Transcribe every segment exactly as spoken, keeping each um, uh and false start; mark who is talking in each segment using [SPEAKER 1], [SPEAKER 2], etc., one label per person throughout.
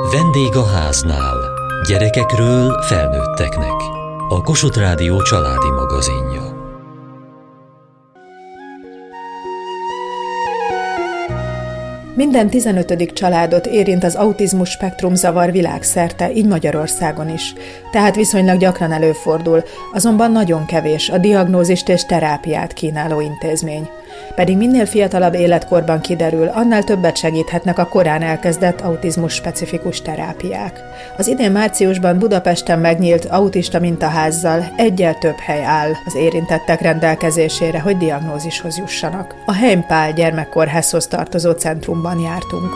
[SPEAKER 1] Vendég a háznál. Gyerekekről felnőtteknek. A Kossuth Rádió családi magazinja.
[SPEAKER 2] Minden tizenötödik családot érint az autizmus spektrum zavar világszerte, így Magyarországon is. Tehát viszonylag gyakran előfordul, azonban nagyon kevés a diagnózist és terápiát kínáló intézmény. Pedig minél fiatalabb életkorban kiderül, annál többet segíthetnek a korán elkezdett autizmus-specifikus terápiák. Az idén márciusban Budapesten megnyílt autista mintaházzal egyel több hely áll az érintettek rendelkezésére, hogy diagnózishoz jussanak. A Heim Pál gyermekkórházhoz tartozó centrumban jártunk.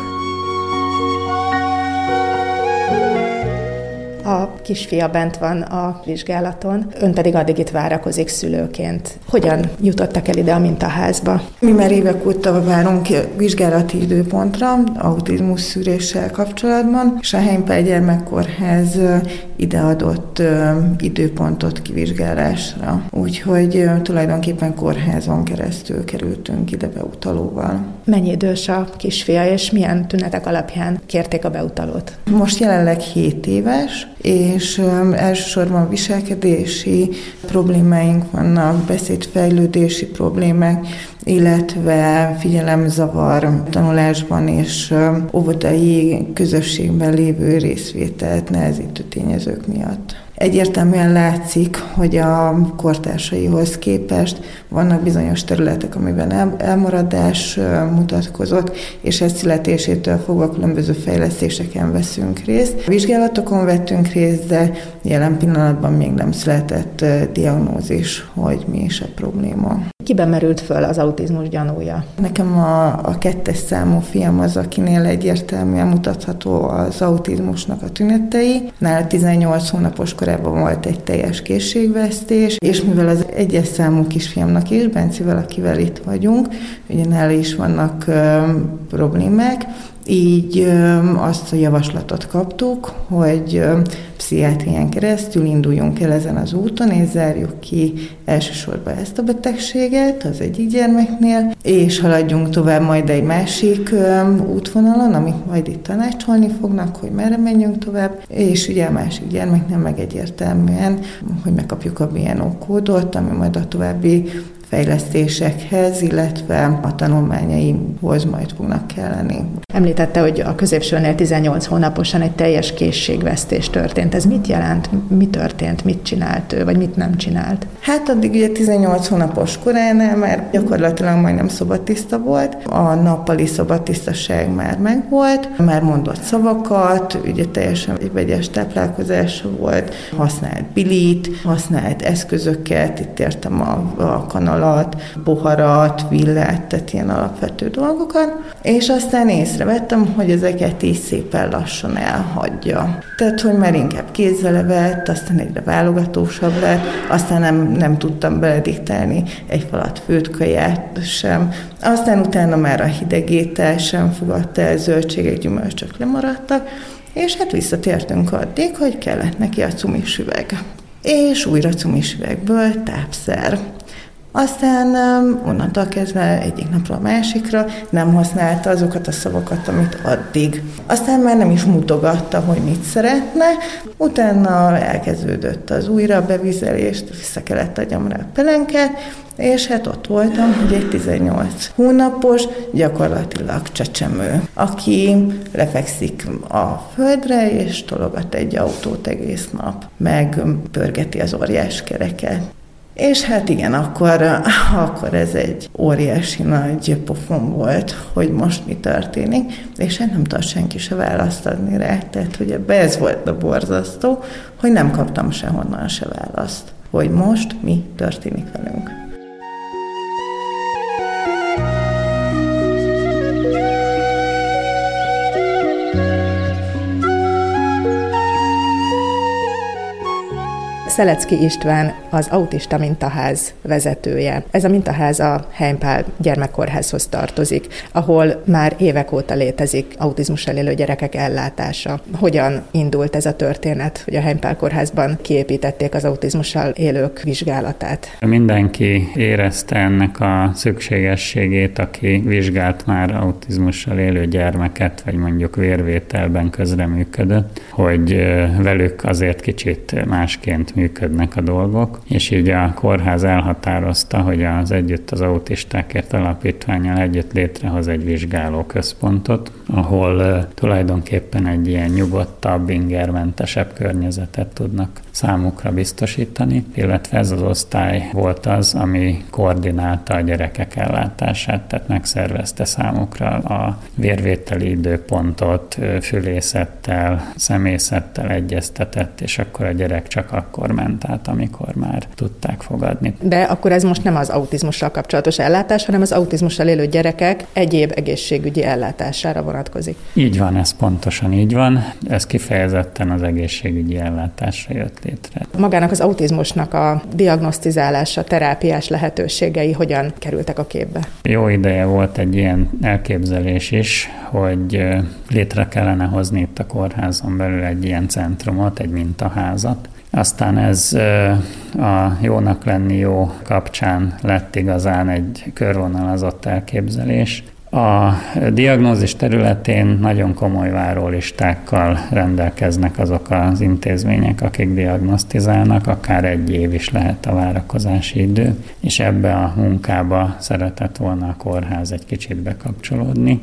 [SPEAKER 2] A kisfia bent van a vizsgálaton, ön pedig addig itt várakozik szülőként. Hogyan jutottak el ide a mintaházba?
[SPEAKER 3] Mi már évek óta várunk vizsgálati időpontra autizmus szűréssel kapcsolatban, és a Heim Pál gyermekkórház ideadott időpontot kivizsgálásra. Úgyhogy tulajdonképpen kórházon keresztül kerültünk ide beutalóval.
[SPEAKER 2] Mennyi idős a kisfia, és milyen tünetek alapján kérték a beutalót?
[SPEAKER 3] Most jelenleg hét éves, és elsősorban viselkedési problémáink vannak, beszédfejlődési problémák, illetve figyelemzavar tanulásban és óvodai közösségben lévő részvételt nehezítő tényezők miatt. Egyértelműen látszik, hogy a kortársaihoz képest vannak bizonyos területek, amiben elmaradás mutatkozott, és ez születésétől fogva különböző fejlesztéseken veszünk részt. A vizsgálatokon vettünk részt, de jelen pillanatban még nem született diagnózis, hogy mi is a probléma.
[SPEAKER 2] Kiben merült föl az autizmus gyanúja?
[SPEAKER 3] Nekem a, a kettes számú fiam az, akinél egyértelműen mutatható az autizmusnak a tünetei. Nála tizennyolc hónapos korában volt egy teljes készségvesztés, és mivel az egyes számú kisfiamnak is, Bencivel, akivel itt vagyunk, ugye nála is vannak ö, problémák, így ö, azt a javaslatot kaptuk, hogy ö, pszichiátrián keresztül induljunk el ezen az úton, és zárjuk ki elsősorban ezt a betegséget az egyik gyermeknél, és haladjunk tovább majd egy másik ö, útvonalon, amit majd itt tanácsolni fognak, hogy merre menjünk tovább, és ugye a másik gyermeknél meg egyértelműen, hogy megkapjuk a bé en o kódot, ami majd a további fejlesztésekhez, illetve a tanulmányaimhoz majd fognak kelleni.
[SPEAKER 2] Említette, hogy a középsőnél tizennyolc hónaposan egy teljes készségvesztés történt. Ez mit jelent? Mi történt? Mit csinált ő, vagy mit nem csinált?
[SPEAKER 3] Hát addig ugye tizennyolc hónapos koránál már gyakorlatilag majdnem szobatiszta volt. A nappali szobatisztaság már megvolt, már mondott szavakat, ugye teljesen egy vegyes táplálkozása volt, használt bilit, használt eszközöket, itt értem a, a kanalat, boharat, villát, tehát ilyen alapvető dolgokat, és aztán észrevettem, hogy ezeket így szépen lassan elhagyja. Tehát, hogy már inkább kézzel evett, aztán egyre válogatósabb lett, aztán nem, nem tudtam belediktálni egy falat főtt kaját sem, aztán utána már a hideg étel sem fogadta el, zöldségek, gyümölcsök lemaradtak, és hát visszatértünk addig, hogy kellett neki a cumis üveg. És újra cumis üvegből tápszer. Aztán um, onnantól kezdve egyik napra a másikra nem használta azokat a szavakat, amit addig. Aztán már nem is mutogatta, hogy mit szeretne. Utána elkezdődött az újra bevizelést, vissza kellett adjam rá a pelenkát, és hát ott voltam, hogy egy tizennyolc hónapos, gyakorlatilag csecsemő, aki lefekszik a földre, és tologat egy autót egész nap, meg pörgeti az óriás kereket. És hát igen, akkor, akkor ez egy óriási nagy pofon volt, hogy most mi történik, és hát nem tart senki se választ adni rá. Tehát, hogy ebbe ez volt a borzasztó, hogy nem kaptam sehonnan se választ, hogy most mi történik velünk.
[SPEAKER 2] Szelecki István az Autista Mintaház vezetője. Ez a mintaház a Heimpál gyermekkórházhoz tartozik, ahol már évek óta létezik autizmussal élő gyerekek ellátása. Hogyan indult ez a történet, hogy a Heimpál kórházban kiépítették az autizmussal élők vizsgálatát?
[SPEAKER 4] Mindenki érezte ennek a szükségességét, aki vizsgált már autizmussal élő gyermeket, vagy mondjuk vérvételben közreműködött, hogy velük azért kicsit másként működnek a dolgok, és így a kórház elhatározta, hogy az Együtt az Autistákért Alapítvánnyal együtt létrehoz egy vizsgálóközpontot, ahol tulajdonképpen egy ilyen nyugodtabb, ingermentesebb környezetet tudnak számukra biztosítani, illetve ez az osztály volt az, ami koordinálta a gyerekek ellátását, tehát megszervezte számukra a vérvételi időpontot, fülészettel, szemészettel egyeztetett, és akkor a gyerek csak akkor ment át, amikor már tudták fogadni.
[SPEAKER 2] De akkor ez most nem az autizmussal kapcsolatos ellátás, hanem az autizmussal élő gyerekek egyéb egészségügyi ellátására vonatkozik.
[SPEAKER 4] Így van, ez pontosan így van. Ez kifejezetten az egészségügyi ellátásra jött létre.
[SPEAKER 2] Magának az autizmusnak a diagnosztizálása, terápiás lehetőségei hogyan kerültek a képbe?
[SPEAKER 4] Jó ideje volt egy ilyen elképzelés is, hogy létre kellene hozni itt a kórházon belül egy ilyen centrumot, egy mintaházat. Aztán ez a jónak lenni jó kapcsán lett igazán egy körvonalazott elképzelés. A diagnózis területén nagyon komoly várólistákkal rendelkeznek azok az intézmények, akik diagnosztizálnak, akár egy év is lehet a várakozási idő, és ebbe a munkába szeretett volna a kórház egy kicsit bekapcsolódni.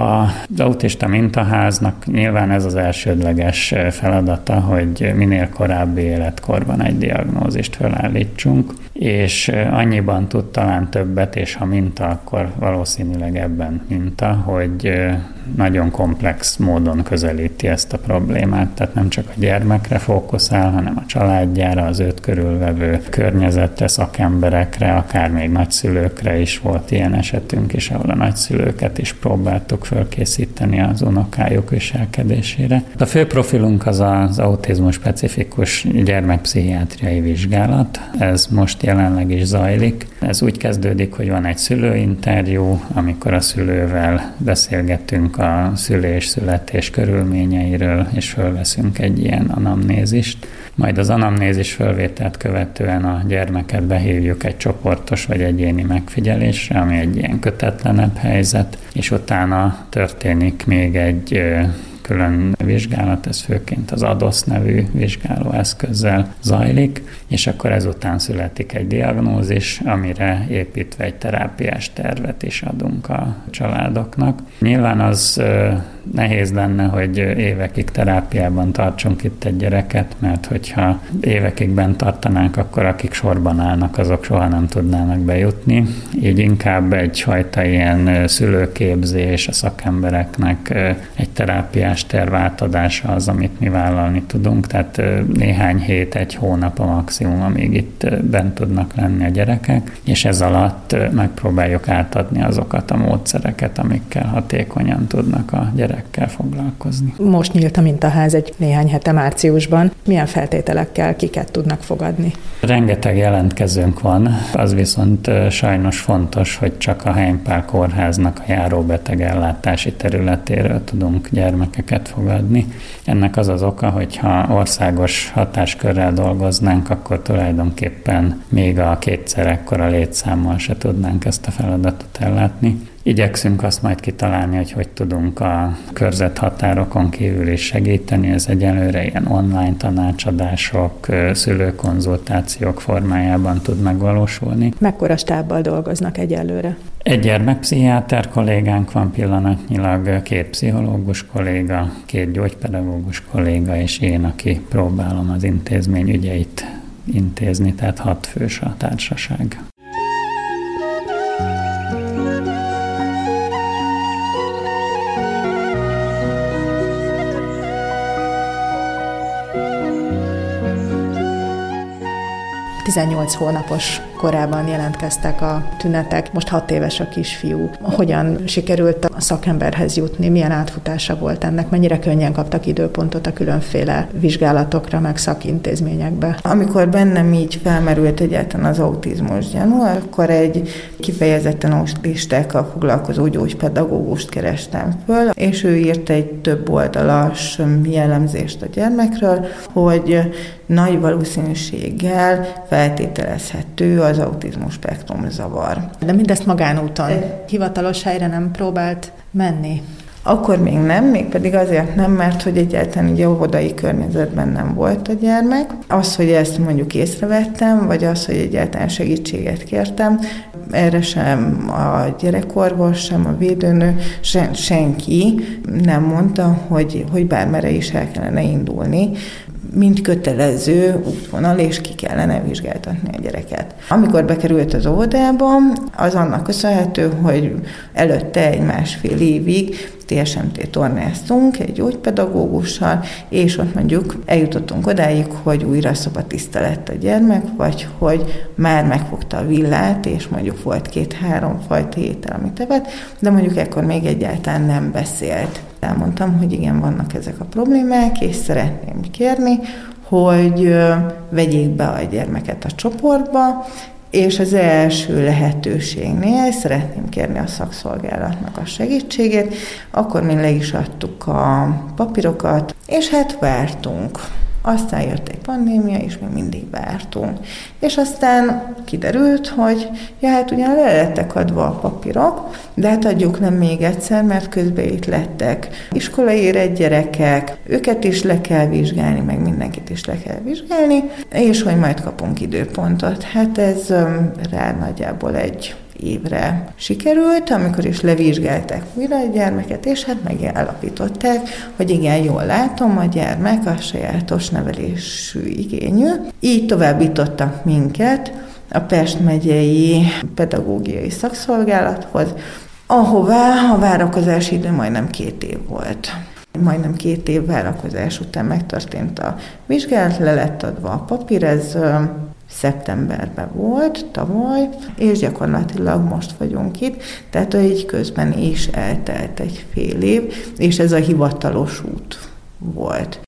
[SPEAKER 4] Az autista mintaháznak nyilván ez az elsődleges feladata, hogy minél korábbi életkorban egy diagnózist felállítsunk, és annyiban tud talán többet, és ha minta, akkor valószínűleg ebben minta, hogy nagyon komplex módon közelíti ezt a problémát, tehát nem csak a gyermekre fókuszál, hanem a családjára, az őt körülvevő környezetre, szakemberekre, akár még nagyszülőkre is volt ilyen esetünk is, ahol a nagyszülőket is próbáltuk fölkészíteni az unokájuk viselkedésére. A fő profilunk az az autizmus specifikus gyermekpszichiátriai vizsgálat. Ez most jelenleg is zajlik. Ez úgy kezdődik, hogy van egy szülőinterjú, amikor a szülővel beszélgetünk a szülés-születés körülményeiről, és fölveszünk egy ilyen anamnézist. Majd az anamnézis fölvételt követően a gyermeket behívjuk egy csoportos vagy egyéni megfigyelésre, ami egy ilyen kötetlenebb helyzet, és utána történik még egy külön vizsgálat, ez főként az adosz nevű vizsgálóeszközzel zajlik, és akkor ezután születik egy diagnózis, amire építve egy terápiás tervet is adunk a családoknak. Nyilván az nehéz lenne, hogy évekig terápiában tartsunk itt egy gyereket, mert hogyha évekig bent tartanánk, akkor akik sorban állnak, azok soha nem tudnának bejutni. Így inkább egyfajta ilyen szülőképzés a szakembereknek, egy terápiás terv átadása az, amit mi vállalni tudunk, tehát néhány hét, egy hónap a maximum, amíg itt bent tudnak lenni a gyerekek, és ez alatt megpróbáljuk átadni azokat a módszereket, amikkel hatékonyan tudnak a gyerekkel foglalkozni.
[SPEAKER 2] Most nyílt a mintaház egy néhány hete márciusban. Milyen feltételekkel kiket tudnak fogadni?
[SPEAKER 4] Rengeteg jelentkezőnk van, az viszont sajnos fontos, hogy csak a Heimpál kórháznak a járóbeteg ellátási területéről tudunk gyermekeket fogadni. Ennek az az oka, hogyha országos hatáskörrel dolgoznánk, akkor tulajdonképpen még a kétszer ekkora létszámmal se tudnánk ezt a feladatot ellátni. Igyekszünk azt majd kitalálni, hogy hogy tudunk a körzethatárokon kívül is segíteni. Ez egyelőre ilyen online tanácsadások, szülőkonzultációk formájában tud megvalósulni.
[SPEAKER 2] Mekkora stábbal dolgoznak egyelőre?
[SPEAKER 4] Egy gyermekpszichiáter kollégánk van pillanatnyilag, két pszichológus kolléga, két gyógypedagógus kolléga, és én, aki próbálom az intézmény ügyeit intézni, tehát hat fős a társaság.
[SPEAKER 2] tizennyolc hónapos korában jelentkeztek a tünetek, most hat éves a kisfiú. Hogyan sikerült a szakemberhez jutni, milyen átfutása volt ennek, mennyire könnyen kaptak időpontot a különféle vizsgálatokra, meg szakintézményekbe?
[SPEAKER 3] Amikor bennem így felmerült egyáltalán az autizmus gyanú, akkor egy kifejezetten autistákkal foglalkozó gyógypedagógust kerestem föl, és ő írt egy több oldalas jellemzést a gyermekről, hogy nagy valószínűséggel feltételezhető az autizmus spektrum zavar.
[SPEAKER 2] De mindezt magánúton, hivatalos helyre nem próbált menni?
[SPEAKER 3] Akkor még nem, mégpedig azért nem, mert hogy egyáltalán így óvodai környezetben nem volt a gyermek. Az, hogy ezt mondjuk észrevettem, vagy az, hogy egyáltalán segítséget kértem, erre sem a gyerekorvos, sem a védőnő, sen, senki nem mondta, hogy, hogy bármerre is el kellene indulni, mint kötelező útvonal, és ki kellene vizsgáltatni a gyereket. Amikor bekerült az óvodába, az annak köszönhető, hogy előtte egy másfél évig té es em té tornáztunk egy gyógypedagógussal, és ott mondjuk eljutottunk odáig, hogy újra szobatiszta lett a gyermek, vagy hogy már megfogta a villát, és mondjuk volt két-három fajta étel, amit evett, de mondjuk ekkor még egyáltalán nem beszélt. Elmondtam, hogy igen, vannak ezek a problémák, és szeretném kérni, hogy vegyék be a gyermeket a csoportba, és az első lehetőségnél szeretném kérni a szakszolgálatnak a segítségét, akkor mi le is adtuk a papírokat, és hát vártunk. Aztán jött egy pandémia, és még mindig vártunk. És aztán kiderült, hogy ja, hát ugyan le lettek adva a papírok, de hát adjuk nem még egyszer, mert közben itt lettek iskolai érett gyerekek, őket is le kell vizsgálni, meg mindenkit is le kell vizsgálni, és hogy majd kapunk időpontot. Hát ez rá nagyjából egy évre sikerült, amikor is levizsgálták újra a gyermeket, és hát megállapították, hogy igen, jól látom, a gyermek a sajátos nevelésű igényű. Így továbbítottak minket a Pest megyei pedagógiai szakszolgálathoz, ahová a várakozási idő majdnem két év volt. Majdnem két év várakozás után megtörtént a vizsgálat, le lett adva a papír, ez szeptemberben volt, tavaly, és gyakorlatilag most vagyunk itt, tehát így közben is eltelt egy fél év, és ez a hivatalos út volt.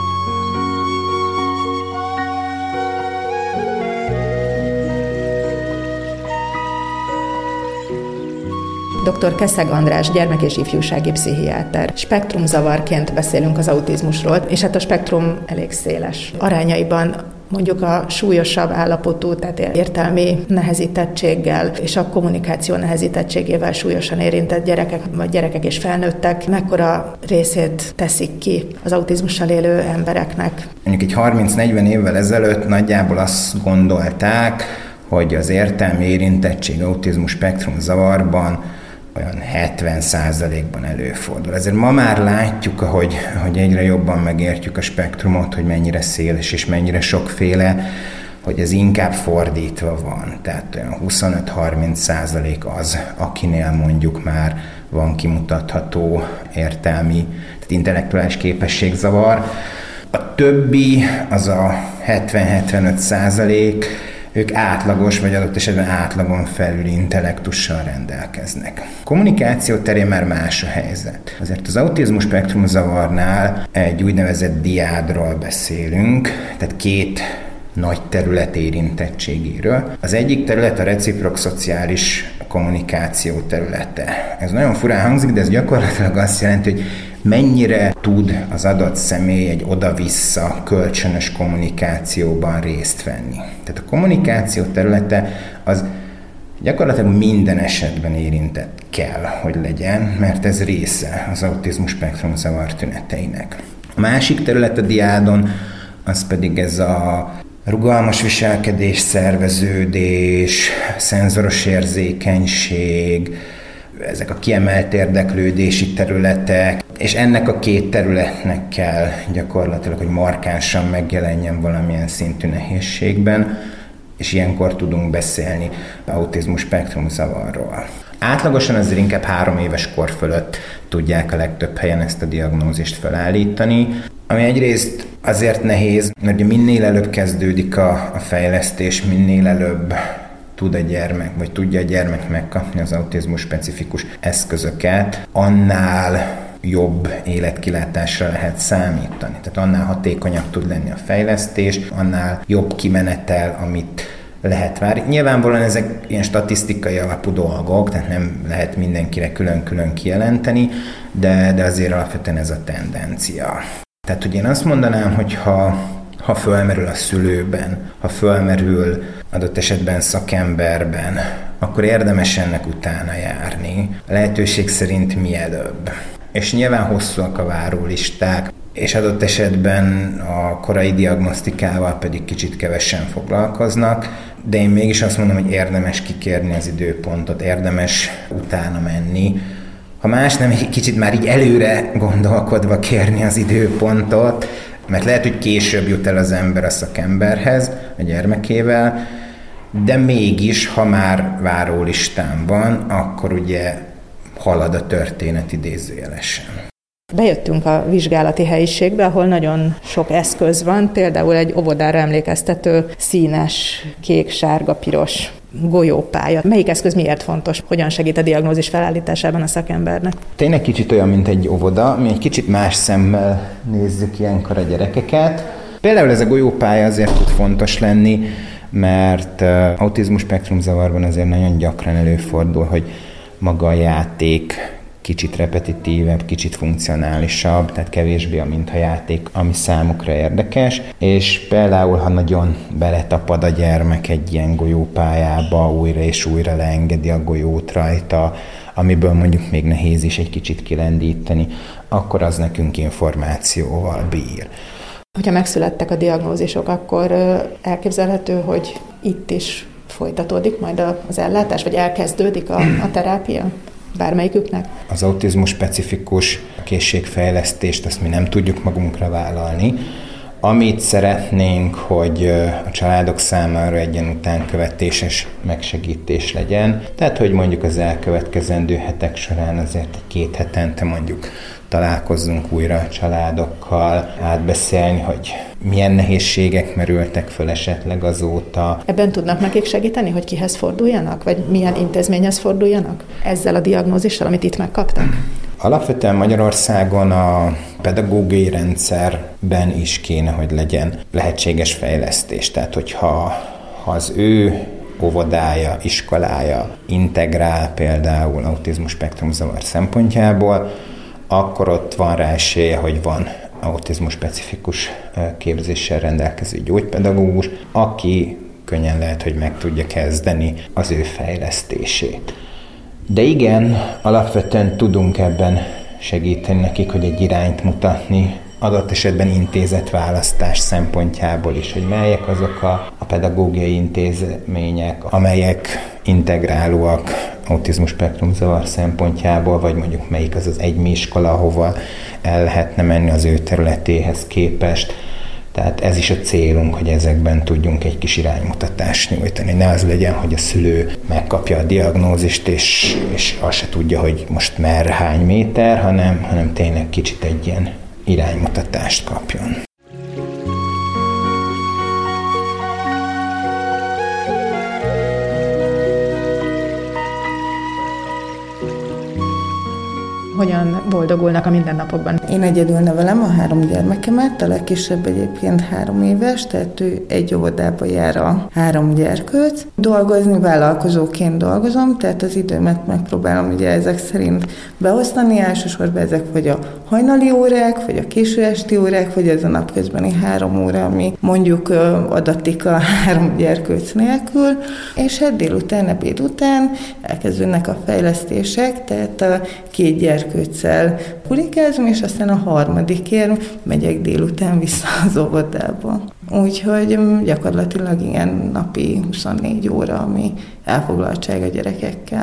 [SPEAKER 2] doktor Keszeg András, gyermek- és ifjúsági pszichiáter. Spektrumzavarként beszélünk az autizmusról, és hát a spektrum elég széles arányaiban. Mondjuk a súlyosabb állapotú, tehát értelmi nehezítettséggel és a kommunikáció nehezítettségével súlyosan érintett gyerekek, vagy gyerekek és felnőttek, mekkora részét teszik ki az autizmussal élő embereknek?
[SPEAKER 5] Mondjuk egy harminc-negyven évvel ezelőtt nagyjából azt gondolták, hogy az értelmi érintettség autizmus spektrum zavarban olyan hetven százalékban előfordul. Ezért ma már látjuk, hogy, hogy egyre jobban megértjük a spektrumot, hogy mennyire széles és mennyire sokféle, hogy ez inkább fordítva van. Tehát olyan huszonöt-harminc százalék az, akinél mondjuk már van kimutatható értelmi, tehát intellektuális képességzavar. A többi, az a hetven-hetvenöt százalék, ők átlagos, vagy adott esetben átlagon felüli intellektussal rendelkeznek. Kommunikáció terén már más a helyzet. Azért az autizmus spektrum zavarnál egy úgynevezett diádról beszélünk, tehát két nagy terület érintettségéről. Az egyik terület a reciprok szociális kommunikáció területe. Ez nagyon furán hangzik, de ez gyakorlatilag azt jelenti, hogy mennyire tud az adott személy egy oda-vissza kölcsönös kommunikációban részt venni. Tehát a kommunikáció területe az gyakorlatilag minden esetben érintett kell, hogy legyen, mert ez része az autizmus spektrum zavar tüneteinek. A másik terület a diádon, az pedig ez a rugalmas viselkedés, szerveződés, szenzoros érzékenység, ezek a kiemelt érdeklődési területek, és ennek a két területnek kell gyakorlatilag, hogy markánsan megjelenjen valamilyen szintű nehézségben, és ilyenkor tudunk beszélni autizmus spektrum zavarról. Átlagosan azért inkább három éves kor fölött tudják a legtöbb helyen ezt a diagnózist felállítani, ami egyrészt azért nehéz, mert minél előbb kezdődik a, a fejlesztés, minél előbb tud a gyermek, vagy tudja a gyermek megkapni az autizmus specifikus eszközöket, annál jobb életkilátásra lehet számítani. Tehát annál hatékonyabb tud lenni a fejlesztés, annál jobb kimenetel, amit lehet várni. Nyilvánvalóan ezek ilyen statisztikai alapú dolgok, tehát nem lehet mindenkire külön-külön kijelenteni, de, de azért alapvetően ez a tendencia. Tehát, hogy én azt mondanám, hogy ha, ha fölmerül a szülőben, ha fölmerül adott esetben szakemberben, akkor érdemes ennek utána járni. A lehetőség szerint mielőbb. És nyilván hosszúak a várólisták, és adott esetben a korai diagnosztikával pedig kicsit kevesen foglalkoznak, de én mégis azt mondom, hogy érdemes kikérni az időpontot, érdemes utána menni. Ha más nem, egy kicsit már így előre gondolkodva kérni az időpontot, mert lehet, hogy később jut el az ember a szakemberhez, a gyermekével, de mégis, ha már várólistán van, akkor ugye halad a történet idézőjelesen.
[SPEAKER 2] Bejöttünk a vizsgálati helyiségbe, ahol nagyon sok eszköz van, például egy óvodára emlékeztető színes, kék, sárga, piros golyópálya. Melyik eszköz miért fontos? Hogyan segít a diagnózis felállításában a szakembernek?
[SPEAKER 5] Tényleg kicsit olyan, mint egy óvoda, mi egy kicsit más szemmel nézzük ilyenkor a gyerekeket. Például ez a golyópálya azért tud fontos lenni, mert autizmus spektrum zavarban azért nagyon gyakran előfordul, hogy maga a játék kicsit repetitívebb, kicsit funkcionálisabb, tehát kevésbé a mintajáték, ami számukra érdekes, és például, ha nagyon beletapad a gyermek egy ilyen golyópályába, újra és újra leengedi a golyót rajta, amiből mondjuk még nehéz is egy kicsit kilendíteni, akkor az nekünk információval bír.
[SPEAKER 2] Hogyha megszülettek a diagnózisok, akkor elképzelhető, hogy itt is folytatódik majd az ellátás, vagy elkezdődik a, a terápia? Bármelyiküknek?
[SPEAKER 5] Az autizmus specifikus készségfejlesztést azt mi nem tudjuk magunkra vállalni. Amit szeretnénk, hogy a családok számára egy ilyen utánkövetéses megsegítés legyen. Tehát, hogy mondjuk az elkövetkezendő hetek során azért egy két hetente mondjuk találkozzunk újra a családokkal, átbeszélni, hogy milyen nehézségek merültek föl esetleg azóta.
[SPEAKER 2] Ebben tudnak nekik segíteni, hogy kihez forduljanak, vagy milyen intézményhez forduljanak ezzel a diagnózissal, amit itt megkaptak?
[SPEAKER 5] Alapvetően Magyarországon a pedagógiai rendszerben is kéne, hogy legyen lehetséges fejlesztés. Tehát, hogyha ha az ő óvodája, iskolája integrál például autizmus spektrum zavar szempontjából, akkor ott van rá esélye, hogy van autizmus specifikus képzéssel rendelkező gyógypedagógus, aki könnyen lehet, hogy meg tudja kezdeni az ő fejlesztését. De igen, alapvetően tudunk ebben segíteni nekik, hogy egy irányt mutatni, adott esetben intézetválasztás szempontjából is, hogy melyek azok a, a pedagógiai intézmények, amelyek integrálóak autizmus spektrum zavar szempontjából, vagy mondjuk melyik az az egymi iskola, ahova el lehetne menni az ő területéhez képest. Tehát ez is a célunk, hogy ezekben tudjunk egy kis iránymutatást nyújtani. Ne az legyen, hogy a szülő megkapja a diagnózist, és, és azt se tudja, hogy most merre hány méter, hanem, hanem tényleg kicsit egy ilyen iránymutatást kapjon.
[SPEAKER 2] Hogyan boldogulnak a mindennapokban?
[SPEAKER 3] Én egyedül nevelem a három gyermekemet, a legkisebb egyébként három éves, tehát ő egy óvodába jár a három gyerkőc. Dolgozni, vállalkozóként dolgozom, tehát az időmet megpróbálom ugye ezek szerint beosztani, elsősorban ezek vagy a hajnali órák, vagy a késő esti órák, vagy ez a napközbeni három óra, ami mondjuk adatik a három gyerkőc nélkül, és hát délután, ebéd után elkezdődnek a fejlesztések, tehát a két gyerkőccel kulikázom, és aztán a harmadikért megyek délután vissza az óvodába. Úgyhogy gyakorlatilag ilyen napi huszonnégy óra, ami elfoglaltság a gyerekekkel.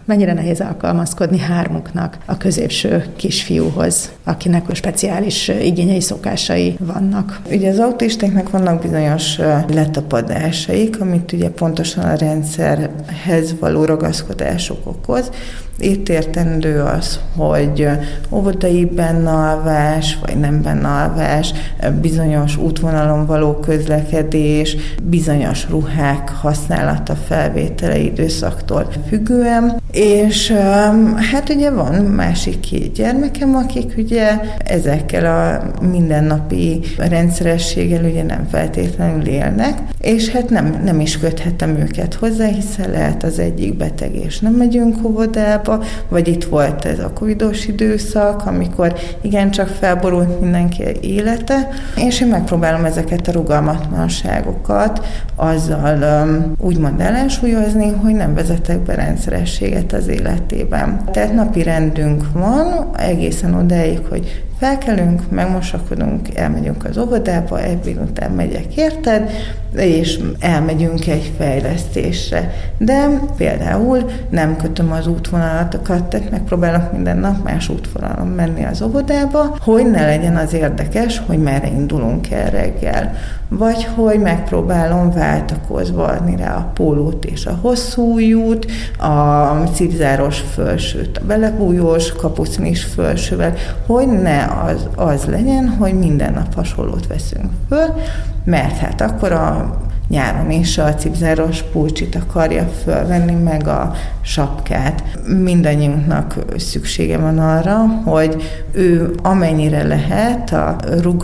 [SPEAKER 2] Mennyire nehéz alkalmazkodni hármuknak a középső kisfiúhoz, akinek speciális igényei, szokásai vannak?
[SPEAKER 3] Ugye az autistáknak vannak bizonyos letapadásaik, amit ugye pontosan a rendszerhez való ragaszkodások okoz. Itt értendő az, hogy óvodai bennalvás, vagy nem bennalvás, bizonyos útvonalon való közlekedés, bizonyos ruhák használata, felvétele időszaktól függően, és hát ugye van másik két gyermekem, akik ugye ezekkel a mindennapi rendszerességgel ugye nem feltétlenül élnek, és hát nem, nem is köthetem őket hozzá, hiszen lehet az egyik beteg, és nem megyünk óvodába, vagy itt volt ez a covidos időszak, amikor igencsak felborult mindenki élete, és én megpróbálom ezeket a rugalmatlanságokat azzal um, úgymond ellensúlyozni, hogy nem vezetek be rendszerességet az életében. Tehát napi rendünk van, egészen odáig, hogy felkelünk, megmosakodunk, elmegyünk az óvodába, ebéd után megyek érted, és elmegyünk egy fejlesztésre. De például nem kötöm az útvonalatokat, tehát megpróbálok minden nap más útvonalon menni az óvodába, hogy ne legyen az érdekes, hogy merre indulunk el reggel. Vagy hogy megpróbálom váltakozva adni rá a pólót és a hosszú ujjút, a cipzáros fölsőt, a belebújós, kapucnis fölsővel, hogy ne az, az legyen, hogy minden nap hasonlót veszünk föl, mert hát akkor a nyáron is a cipzáros pulcsit akarja fölvenni, meg a sapkát. Mindannyiunknak szüksége van arra, hogy ő amennyire lehet a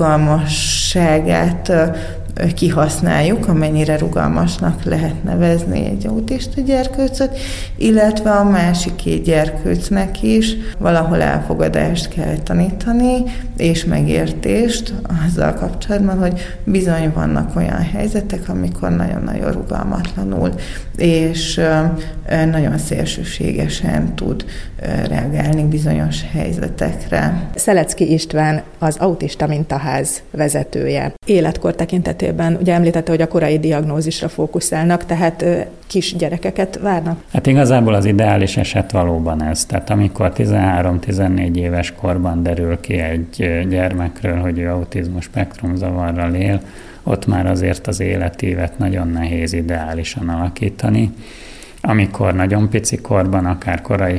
[SPEAKER 3] rugalmasságát kihasználjuk, amennyire rugalmasnak lehet nevezni egy autista gyerkőcöt, illetve a másik két gyerkőcnek is valahol elfogadást kell tanítani, és megértést azzal kapcsolatban, hogy bizony vannak olyan helyzetek, amikor nagyon-nagyon rugalmatlanul, és nagyon szélsőségesen tud reagálni bizonyos helyzetekre.
[SPEAKER 2] Szelecki István az Autista Mintaház vezetője. Életkor tekintetében ugye említette, hogy a korai diagnózisra fókuszálnak, tehát kis gyerekeket várnak?
[SPEAKER 4] Hát igazából az ideális eset valóban ez. Tehát amikor tizenhárom-tizennégy éves korban derül ki egy gyermekről, hogy ő autizmus spektrumzavarral él, ott már azért az életévet nagyon nehéz ideálisan alakítani. Amikor nagyon pici korban, akár korai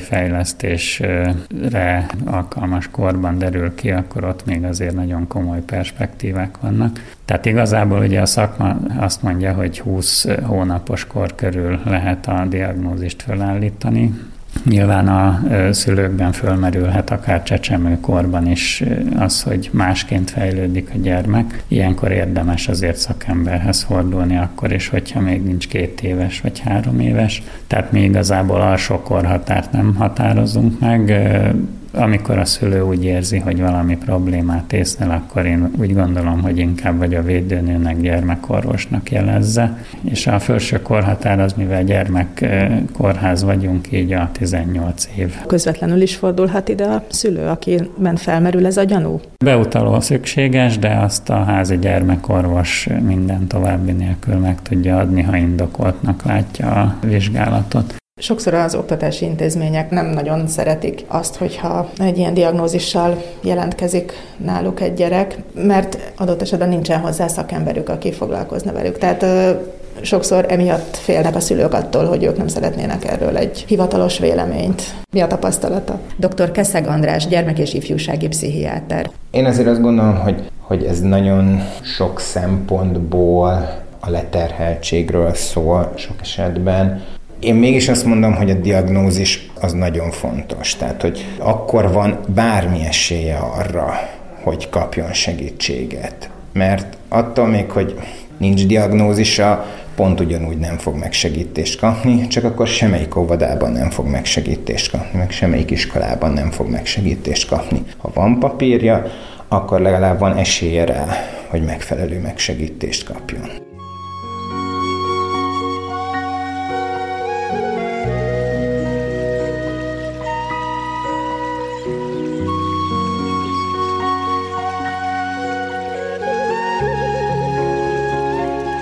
[SPEAKER 4] fejlesztésre alkalmas korban derül ki, akkor ott még azért nagyon komoly perspektívák vannak. Tehát igazából ugye a szakma azt mondja, hogy húsz hónapos kor körül lehet a diagnózist felállítani. Nyilván a szülőkben fölmerülhet akár csecsemőkorban is az, hogy másként fejlődik a gyermek. Ilyenkor érdemes azért szakemberhez fordulni akkor is, hogyha még nincs két éves vagy három éves. Tehát mi igazából alsó korhatárt nem határozunk meg. Amikor a szülő úgy érzi, hogy valami problémát észlel, akkor én úgy gondolom, hogy inkább vagy a védőnőnek, gyermekorvosnak jelezze. És a felső korhatár az, mivel gyermekkórház vagyunk, így a tizennyolc év.
[SPEAKER 2] Közvetlenül is fordulhat ide a szülő, akiben felmerül ez a gyanú?
[SPEAKER 4] Beutaló szükséges, de azt a házi gyermekorvos minden további nélkül meg tudja adni, ha indokoltnak látja a vizsgálatot.
[SPEAKER 2] Sokszor az oktatási intézmények nem nagyon szeretik azt, hogyha egy ilyen diagnózissal jelentkezik náluk egy gyerek, mert adott esetben nincsen hozzá szakemberük, aki foglalkozna velük. Tehát ö, sokszor emiatt félnek a szülők attól, hogy ők nem szeretnének erről egy hivatalos véleményt. Mi a tapasztalata? doktor Keszeg András, gyermek- és ifjúsági pszichiáter.
[SPEAKER 5] Én azért azt gondolom, hogy, hogy ez nagyon sok szempontból a leterheltségről szól sok esetben. Én mégis azt mondom, hogy a diagnózis az nagyon fontos. Tehát, hogy akkor van bármi esélye arra, hogy kapjon segítséget. Mert attól még, hogy nincs diagnózisa, pont ugyanúgy nem fog megsegítést kapni, csak akkor semmelyik óvodában nem fog megsegítést kapni, meg semmelyik iskolában nem fog megsegítést kapni. Ha van papírja, akkor legalább van esélye rá, hogy megfelelő megsegítést kapjon.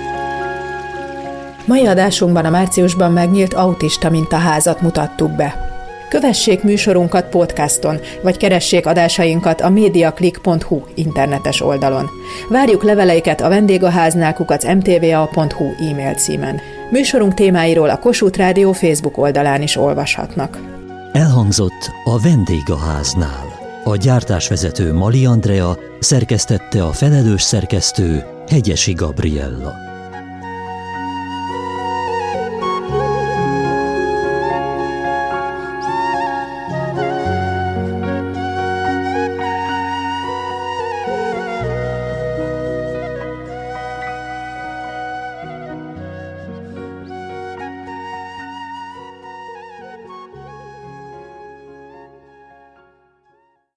[SPEAKER 2] Mai adásunkban a márciusban megnyílt Autista Mintaházat mutattuk be. Kövessék műsorunkat podcaston, vagy keressék adásainkat a mediaclick pont hu internetes oldalon. Várjuk leveleiket a vendégháznál kukac em té vé á pont hu e-mail címen. Műsorunk témáiról a Kossuth Rádió Facebook oldalán is olvashatnak.
[SPEAKER 1] Elhangzott a Vendégháznál. A gyártásvezető Mali Andrea, szerkesztette a felelős szerkesztő Hegyesi Gabriella.